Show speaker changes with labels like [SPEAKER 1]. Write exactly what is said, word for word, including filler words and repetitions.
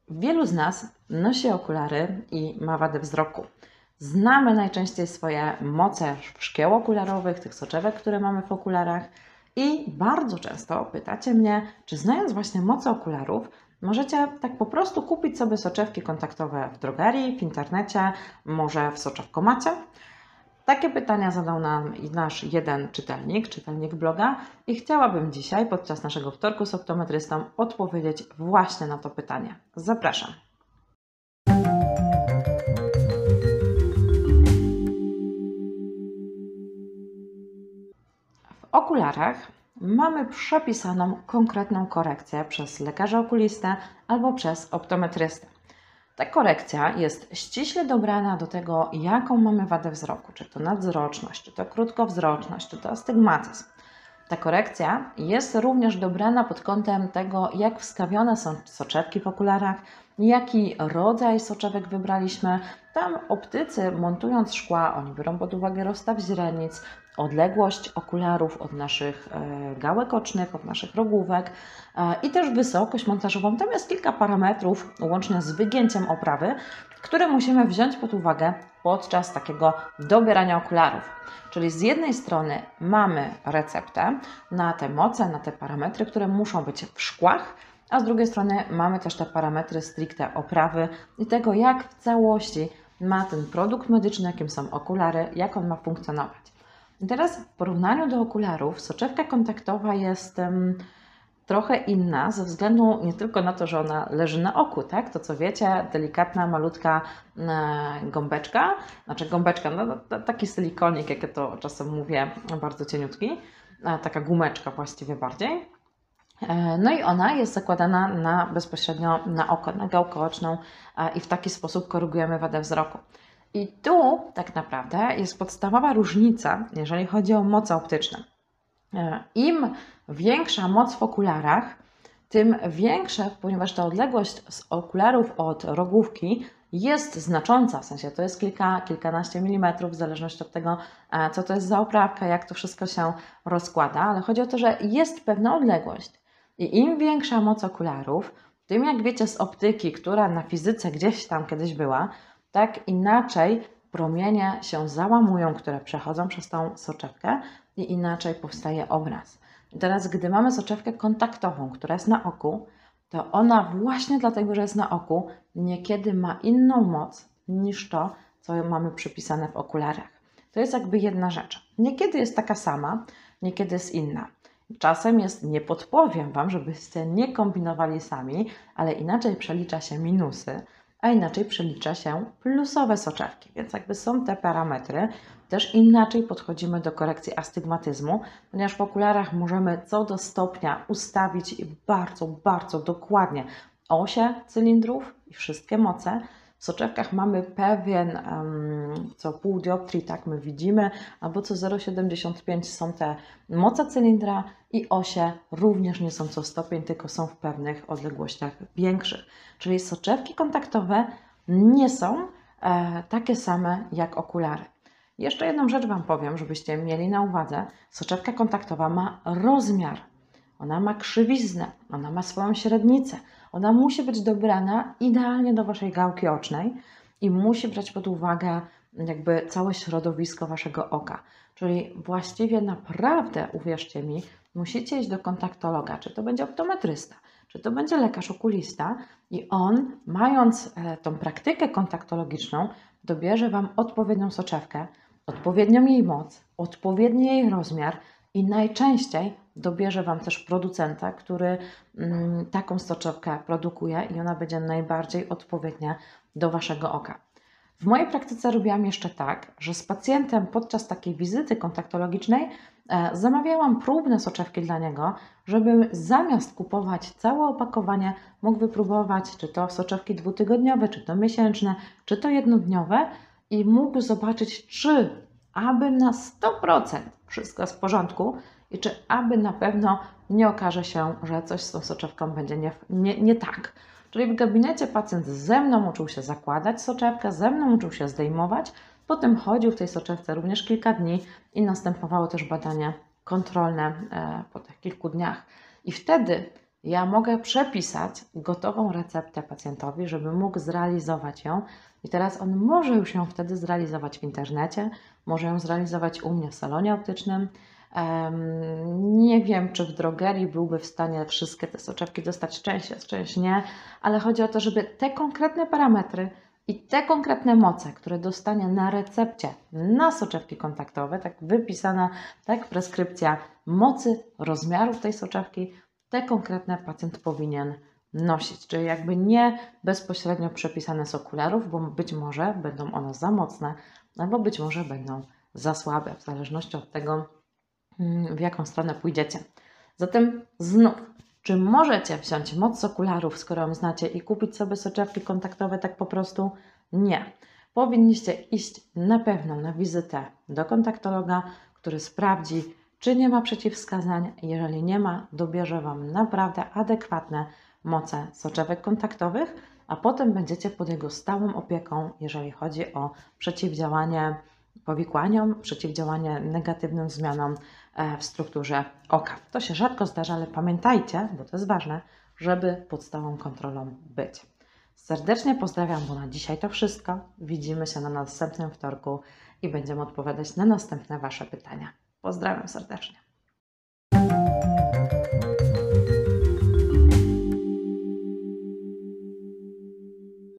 [SPEAKER 1] Wielu z nas nosi okulary i ma wadę wzroku. Znamy najczęściej swoje moce szkieł okularowych, tych soczewek, które mamy w okularach i bardzo często pytacie mnie, czy znając właśnie moce okularów, możecie tak po prostu kupić sobie soczewki kontaktowe w drogerii, w internecie, może w soczewkomacie. Takie pytania zadał nam i nasz jeden czytelnik, czytelnik bloga i chciałabym dzisiaj podczas naszego wtorku z optometrystą odpowiedzieć właśnie na to pytanie. Zapraszam. W okularach mamy przepisaną konkretną korekcję przez lekarza okulistę albo przez optometrystę. Ta korekcja jest ściśle dobrana do tego, jaką mamy wadę wzroku, czy to nadwzroczność, czy to krótkowzroczność, czy to astygmatyzm. Ta korekcja jest również dobrana pod kątem tego, jak wstawione są soczewki w okularach, jaki rodzaj soczewek wybraliśmy. Tam optycy, montując szkła, oni biorą pod uwagę rozstaw źrenic, odległość okularów od naszych gałek ocznych, od naszych rogówek i też wysokość montażową. Tam jest kilka parametrów, łącznie z wygięciem oprawy, które musimy wziąć pod uwagę podczas takiego dobierania okularów. Czyli z jednej strony mamy receptę na te moce, na te parametry, które muszą być w szkłach, a z drugiej strony mamy też te parametry stricte oprawy i tego, jak w całości ma ten produkt medyczny, jakim są okulary, jak on ma funkcjonować. I teraz w porównaniu do okularów soczewka kontaktowa jest um, trochę inna ze względu nie tylko na to, że ona leży na oku, tak? To co wiecie, delikatna, malutka e, gąbeczka, znaczy gąbeczka, no, taki silikonik, jak ja to czasem mówię, bardzo cieniutki, e, taka gumeczka właściwie bardziej. E, no i ona jest zakładana na, bezpośrednio na oko, na gałkę oczną e, i w taki sposób korygujemy wadę wzroku. I tu tak naprawdę jest podstawowa różnica, jeżeli chodzi o moce optyczne. Im większa moc w okularach, tym większe, ponieważ ta odległość z okularów od rogówki jest znacząca, w sensie to jest kilka, kilkanaście milimetrów, w zależności od tego, co to jest za oprawka, jak to wszystko się rozkłada, ale chodzi o to, że jest pewna odległość. I im większa moc okularów, tym jak wiecie z optyki, która na fizyce gdzieś tam kiedyś była, tak inaczej promienie się załamują, które przechodzą przez tą soczewkę i inaczej powstaje obraz. I teraz, gdy mamy soczewkę kontaktową, która jest na oku, to ona właśnie dlatego, że jest na oku, niekiedy ma inną moc niż to, co mamy przypisane w okularach. To jest jakby jedna rzecz. Niekiedy jest taka sama, niekiedy jest inna. Czasem jest, nie podpowiem Wam, żebyście nie kombinowali sami, ale inaczej przelicza się minusy, a inaczej przelicza się plusowe soczewki. Więc jakby są te parametry, też inaczej podchodzimy do korekcji astygmatyzmu, ponieważ w okularach możemy co do stopnia ustawić bardzo, bardzo dokładnie osie cylindrów i wszystkie moce. W soczewkach mamy pewien, um, co pół dioptrii, tak my widzimy, albo co zero przecinek siedemdziesiąt pięć są te moce cylindra i osie również nie są co stopień, tylko są w pewnych odległościach większych. Czyli soczewki kontaktowe nie są e, takie same jak okulary. Jeszcze jedną rzecz Wam powiem, żebyście mieli na uwadze. Soczewka kontaktowa ma rozmiar, ona ma krzywiznę, ona ma swoją średnicę. Ona musi być dobrana idealnie do Waszej gałki ocznej i musi brać pod uwagę jakby całe środowisko Waszego oka. Czyli właściwie naprawdę, uwierzcie mi, musicie iść do kontaktologa, czy to będzie optometrysta, czy to będzie lekarz okulista i on, mając tą praktykę kontaktologiczną, dobierze Wam odpowiednią soczewkę, odpowiednią jej moc, odpowiedni jej rozmiar i najczęściej dobierze Wam też producenta, który mm, taką soczewkę produkuje i ona będzie najbardziej odpowiednia do Waszego oka. W mojej praktyce robiłam jeszcze tak, że z pacjentem podczas takiej wizyty kontaktologicznej e, zamawiałam próbne soczewki dla niego, żeby zamiast kupować całe opakowanie mógł wypróbować, czy to soczewki dwutygodniowe, czy to miesięczne, czy to jednodniowe i mógł zobaczyć, czy aby na sto procent wszystko jest w porządku i czy aby na pewno nie okaże się, że coś z tą soczewką będzie nie, nie, nie tak. Czyli w gabinecie pacjent ze mną uczył się zakładać soczewkę, ze mną uczył się zdejmować, potem chodził w tej soczewce również kilka dni i następowało też badanie kontrolne po tych kilku dniach. I wtedy ja mogę przepisać gotową receptę pacjentowi, żeby mógł zrealizować ją i teraz on może już ją wtedy zrealizować w internecie, może ją zrealizować u mnie w salonie optycznym. Nie wiem, czy w drogerii byłby w stanie wszystkie te soczewki dostać, część jest, część nie, ale chodzi o to, żeby te konkretne parametry i te konkretne moce, które dostanie na recepcie na soczewki kontaktowe, tak wypisana, tak preskrypcja mocy, rozmiarów tej soczewki, te konkretne pacjent powinien nosić. Czyli jakby nie bezpośrednio przepisane z okularów, bo być może będą one za mocne, albo być może będą za słabe, w zależności od tego, w jaką stronę pójdziecie. Zatem znów, czy możecie wziąć moc z okularów, skoro ją znacie, i kupić sobie soczewki kontaktowe tak po prostu? Nie. Powinniście iść na pewno na wizytę do kontaktologa, który sprawdzi, czy nie ma przeciwwskazań. Jeżeli nie ma, dobierze Wam naprawdę adekwatne moce soczewek kontaktowych, a potem będziecie pod jego stałą opieką, jeżeli chodzi o przeciwdziałanie powikłaniom, przeciwdziałanie negatywnym zmianom w strukturze oka. To się rzadko zdarza, ale pamiętajcie, bo to jest ważne, żeby pod stałą kontrolą być. Serdecznie pozdrawiam, bo na dzisiaj to wszystko. Widzimy się na następnym wtorku i będziemy odpowiadać na następne Wasze pytania. Pozdrawiam serdecznie.